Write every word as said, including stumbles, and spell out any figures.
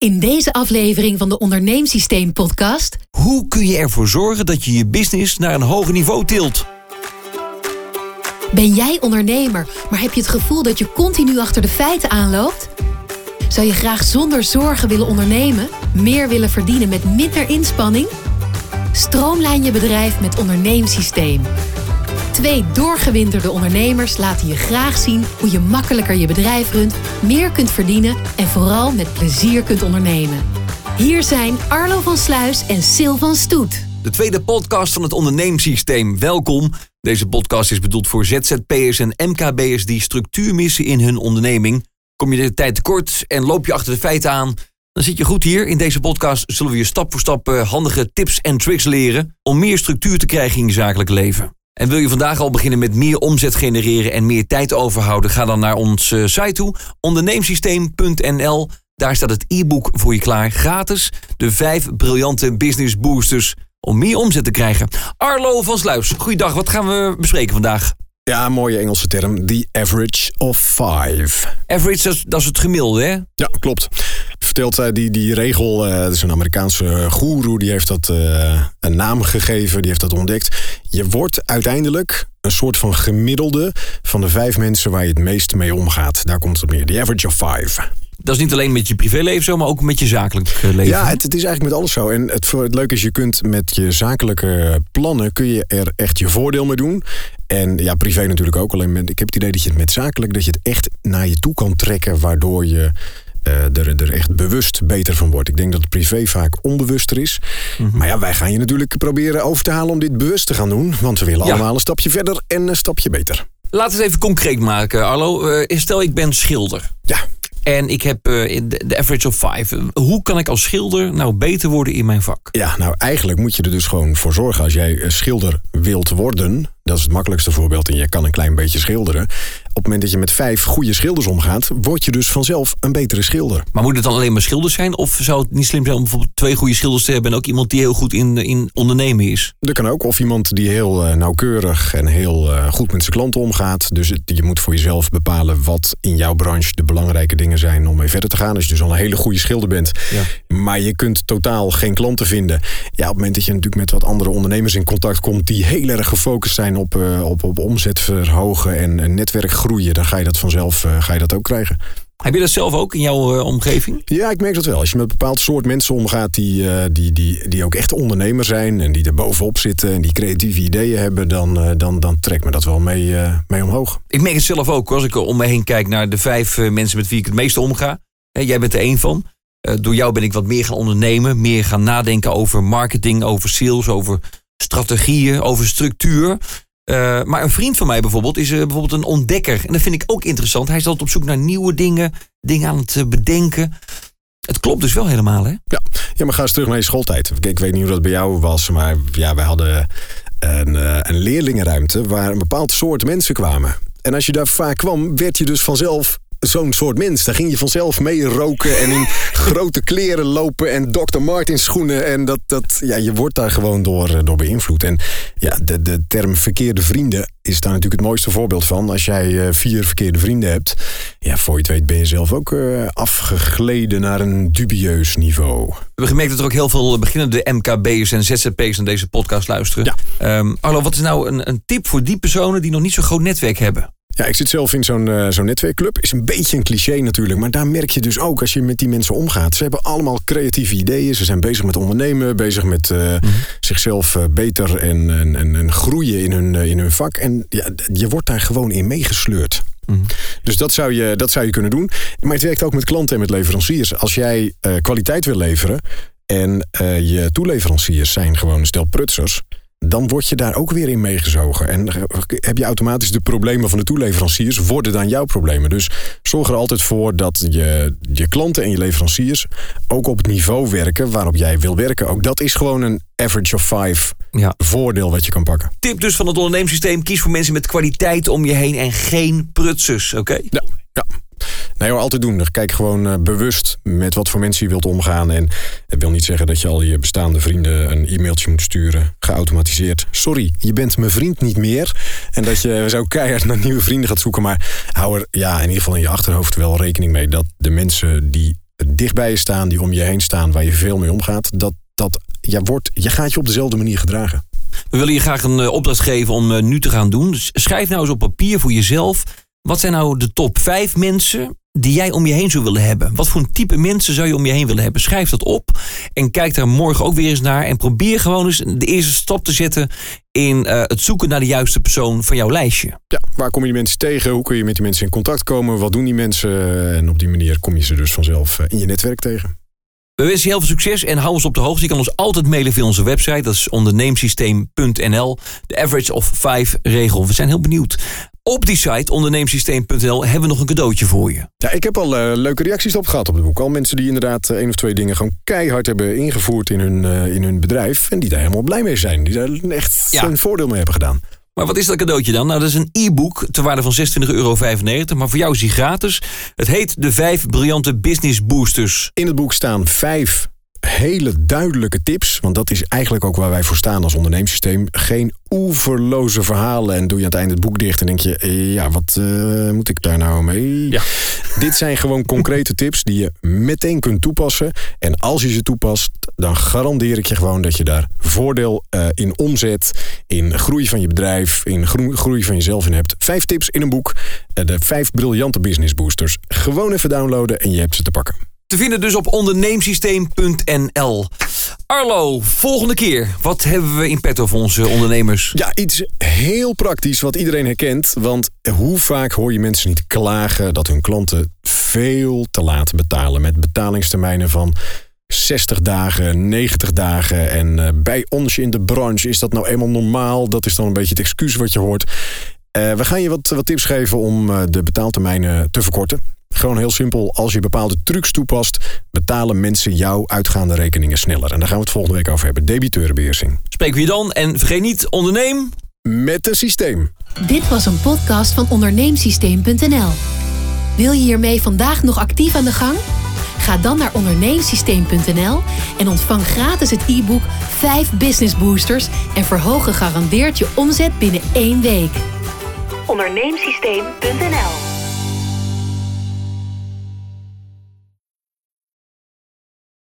In deze aflevering van de Onderneemsysteem podcast... Hoe kun je ervoor zorgen dat je je business naar een hoger niveau tilt? Ben jij ondernemer, maar heb je het gevoel dat je continu achter de feiten aanloopt? Zou je graag zonder zorgen willen ondernemen? Meer willen verdienen met minder inspanning? Stroomlijn je bedrijf met Onderneemsysteem. Twee doorgewinterde ondernemers laten je graag zien hoe je makkelijker je bedrijf runt, meer kunt verdienen en vooral met plezier kunt ondernemen. Hier zijn Arlo van Sluis en Sil van Stoet. De tweede podcast van het Onderneemsysteem. Welkom. Deze podcast is bedoeld voor Z Z P'ers en M K B'ers die structuur missen in hun onderneming. Kom je de tijd tekort en loop je achter de feiten aan, dan zit je goed hier. In deze podcast zullen we je stap voor stap handige tips en tricks leren om meer structuur te krijgen in je zakelijk leven. En wil je vandaag al beginnen met meer omzet genereren en meer tijd overhouden? Ga dan naar onze site toe, onderneemsysteem punt n l. Daar staat het e-book voor je klaar, gratis. De vijf briljante business boosters om meer omzet te krijgen. Arlo van Sluis, goeiedag. Wat gaan we bespreken vandaag? Ja, een mooie Engelse term. The average of five. Average, dat is, dat is het gemiddelde, hè? Ja, klopt. Vertelt uh, die, die regel, uh, dat is een Amerikaanse goeroe, die heeft dat uh, een naam gegeven, die heeft dat ontdekt. Je wordt uiteindelijk een soort van gemiddelde van de vijf mensen waar je het meest mee omgaat. Daar komt het op neer. The average of five. Dat is niet alleen met je privéleven zo, maar ook met je zakelijk leven. Ja, het, het is eigenlijk met alles zo. En het, het leuke is, je kunt met je zakelijke plannen, kun je er echt je voordeel mee doen. En ja, privé natuurlijk ook. Alleen met, ik heb het idee dat je het met zakelijk, dat je het echt naar je toe kan trekken, waardoor je uh, er, er echt bewust beter van wordt. Ik denk dat het privé vaak onbewuster is. Mm-hmm. Maar ja, wij gaan je natuurlijk proberen over te halen om dit bewust te gaan doen. Want we willen ja. allemaal een stapje verder en een stapje beter. Laten we het even concreet maken, Arlo. Uh, stel, ik ben schilder. Ja. En ik heb uh, de average of five. Hoe kan ik als schilder nou beter worden in mijn vak? Ja, nou eigenlijk moet je er dus gewoon voor zorgen. Als jij schilder wilt worden, dat is het makkelijkste voorbeeld, en je kan een klein beetje schilderen. Op het moment dat je met vijf goede schilders omgaat, word je dus vanzelf een betere schilder. Maar moet het dan alleen maar schilders zijn? Of zou het niet slim zijn om bijvoorbeeld twee goede schilders te hebben en ook iemand die heel goed in, in ondernemen is? Dat kan ook. Of iemand die heel uh, nauwkeurig en heel uh, goed met zijn klanten omgaat. Dus het, je moet voor jezelf bepalen wat in jouw branche de belangrijke dingen zijn om mee verder te gaan. Als je dus al een hele goede schilder bent, ja. maar je kunt totaal geen klanten vinden. Ja, op het moment dat je natuurlijk met wat andere ondernemers in contact komt die heel erg gefocust zijn op, uh, op, op omzet verhogen en, en netwerk groeien, dan ga je dat vanzelf uh, ga je dat ook krijgen. Heb je dat zelf ook in jouw uh, omgeving? Ja, ik merk dat wel. Als je met een bepaald soort mensen omgaat die, uh, die, die, die ook echt ondernemer zijn en die er bovenop zitten en die creatieve ideeën hebben, dan, uh, dan, dan trekt me dat wel mee, uh, mee omhoog. Ik merk het zelf ook. Als ik om me heen kijk naar de vijf uh, mensen met wie ik het meeste omga. Hè, jij bent er één van. Uh, door jou ben ik wat meer gaan ondernemen, meer gaan nadenken over marketing, over sales, over strategieën, over structuur. Uh, maar een vriend van mij bijvoorbeeld is uh, bijvoorbeeld een ontdekker. En dat vind ik ook interessant. Hij is altijd op zoek naar nieuwe dingen, dingen aan het uh, bedenken. Het klopt dus wel helemaal, hè? Ja, ja, maar ga eens terug naar je schooltijd. Ik weet niet hoe dat bij jou was, maar ja, wij hadden een, uh, een leerlingenruimte waar een bepaald soort mensen kwamen. En als je daar vaak kwam, werd je dus vanzelf zo'n soort mens. Daar ging je vanzelf mee roken en in grote kleren lopen en dokter Martens schoenen. En dat, dat, ja, je wordt daar gewoon door, door beïnvloed. En ja, de, de term verkeerde vrienden is daar natuurlijk het mooiste voorbeeld van. Als jij uh, vier verkeerde vrienden hebt, ja, voor je het weet ben je zelf ook uh, afgegleden naar een dubieus niveau. We hebben gemerkt dat er ook heel veel beginnende M K B'ers en Z Z P'ers aan deze podcast luisteren. Ja. Um, Arlo, wat is nou een, een tip voor die personen die nog niet zo'n groot netwerk hebben? Ja, ik zit zelf in zo'n, uh, zo'n netwerkclub. Is een beetje een cliché natuurlijk. Maar daar merk je dus ook als je met die mensen omgaat. Ze hebben allemaal creatieve ideeën. Ze zijn bezig met ondernemen. Bezig met uh, mm-hmm. zichzelf uh, beter en, en, en groeien in hun, uh, in hun vak. En ja, je wordt daar gewoon in meegesleurd. Mm-hmm. Dus dat zou, je, dat zou je kunnen doen. Maar het werkt ook met klanten en met leveranciers. Als jij uh, kwaliteit wil leveren en uh, je toeleveranciers zijn gewoon een stel prutsers, dan word je daar ook weer in meegezogen. En heb je automatisch de problemen van de toeleveranciers worden dan jouw problemen. Dus zorg er altijd voor dat je, je klanten en je leveranciers ook op het niveau werken waarop jij wil werken. Ook dat is gewoon een average of five ja. voordeel wat je kan pakken. Tip dus van het onderneemsysteem: kies voor mensen met kwaliteit om je heen en geen prutsers, oké? Okay? Ja, ja. Nee hoor, altijd doen. Kijk gewoon uh, bewust met wat voor mensen je wilt omgaan. En het wil niet zeggen dat je al je bestaande vrienden een e-mailtje moet sturen, geautomatiseerd. Sorry, je bent mijn vriend niet meer. En dat je zo keihard naar nieuwe vrienden gaat zoeken. Maar hou er ja, in ieder geval in je achterhoofd wel rekening mee dat de mensen die dichtbij je staan, die om je heen staan, waar je veel mee omgaat, dat, dat ja, wordt, je gaat je op dezelfde manier gedragen. We willen je graag een uh, opdracht geven om uh, nu te gaan doen. Dus schrijf nou eens op papier voor jezelf. Wat zijn nou de top vijf mensen die jij om je heen zou willen hebben? Wat voor een type mensen zou je om je heen willen hebben? Schrijf dat op en kijk daar morgen ook weer eens naar. En probeer gewoon eens de eerste stap te zetten in uh, het zoeken naar de juiste persoon van jouw lijstje. Ja, waar kom je die mensen tegen? Hoe kun je met die mensen in contact komen? Wat doen die mensen? En op die manier kom je ze dus vanzelf in je netwerk tegen. We wensen je heel veel succes en hou ons op de hoogte. Je kan ons altijd mailen via onze website. Dat is onderneemsysteem punt n l. De average of five regel. We zijn heel benieuwd. Op die site, onderneemsysteem punt n l, hebben we nog een cadeautje voor je. Ja, ik heb al uh, leuke reacties op gehad op het boek. Al mensen die inderdaad uh, één of twee dingen gewoon keihard hebben ingevoerd in hun, uh, in hun bedrijf. En die daar helemaal blij mee zijn. Die daar echt ja. een voordeel mee hebben gedaan. Maar wat is dat cadeautje dan? Nou, dat is een e-book ter waarde van zesentwintig euro vijfennegentig. Maar voor jou is die gratis. Het heet De Vijf Briljante Business Boosters. In het boek staan vijf hele duidelijke tips. Want dat is eigenlijk ook waar wij voor staan als ondernemingssysteem. Geen oeverloze verhalen. En doe je aan het einde het boek dicht en denk je, ja, wat uh, moet ik daar nou mee? Ja. Dit zijn gewoon concrete tips die je meteen kunt toepassen. En als je ze toepast, dan garandeer ik je gewoon dat je daar voordeel uh, in omzet, in groei van je bedrijf, in groei, groei van jezelf in hebt. Vijf tips in een boek. Uh, de vijf briljante business boosters. Gewoon even downloaden en je hebt ze te pakken. Te vinden dus op onderneemsysteem punt n l. Arlo, volgende keer. Wat hebben we in petto voor onze ondernemers? Ja, iets heel praktisch wat iedereen herkent. Want hoe vaak hoor je mensen niet klagen dat hun klanten veel te laat betalen. Met betalingstermijnen van zestig dagen, negentig dagen. En uh, bij ons in de branche is dat nou eenmaal normaal. Dat is dan een beetje het excuus wat je hoort. Uh, we gaan je wat, wat tips geven om uh, de betaaltermijnen te verkorten. Gewoon heel simpel, als je bepaalde trucs toepast, betalen mensen jouw uitgaande rekeningen sneller. En daar gaan we het volgende week over hebben. Debiteurenbeheersing. Spreken we je dan en vergeet niet, onderneem met een systeem. Dit was een podcast van onderneemsysteem punt n l. Wil je hiermee vandaag nog actief aan de gang? Ga dan naar onderneemsysteem punt n l en ontvang gratis het e-book vijf Business Boosters en verhoog gegarandeerd je omzet binnen één week. onderneemsysteem punt n l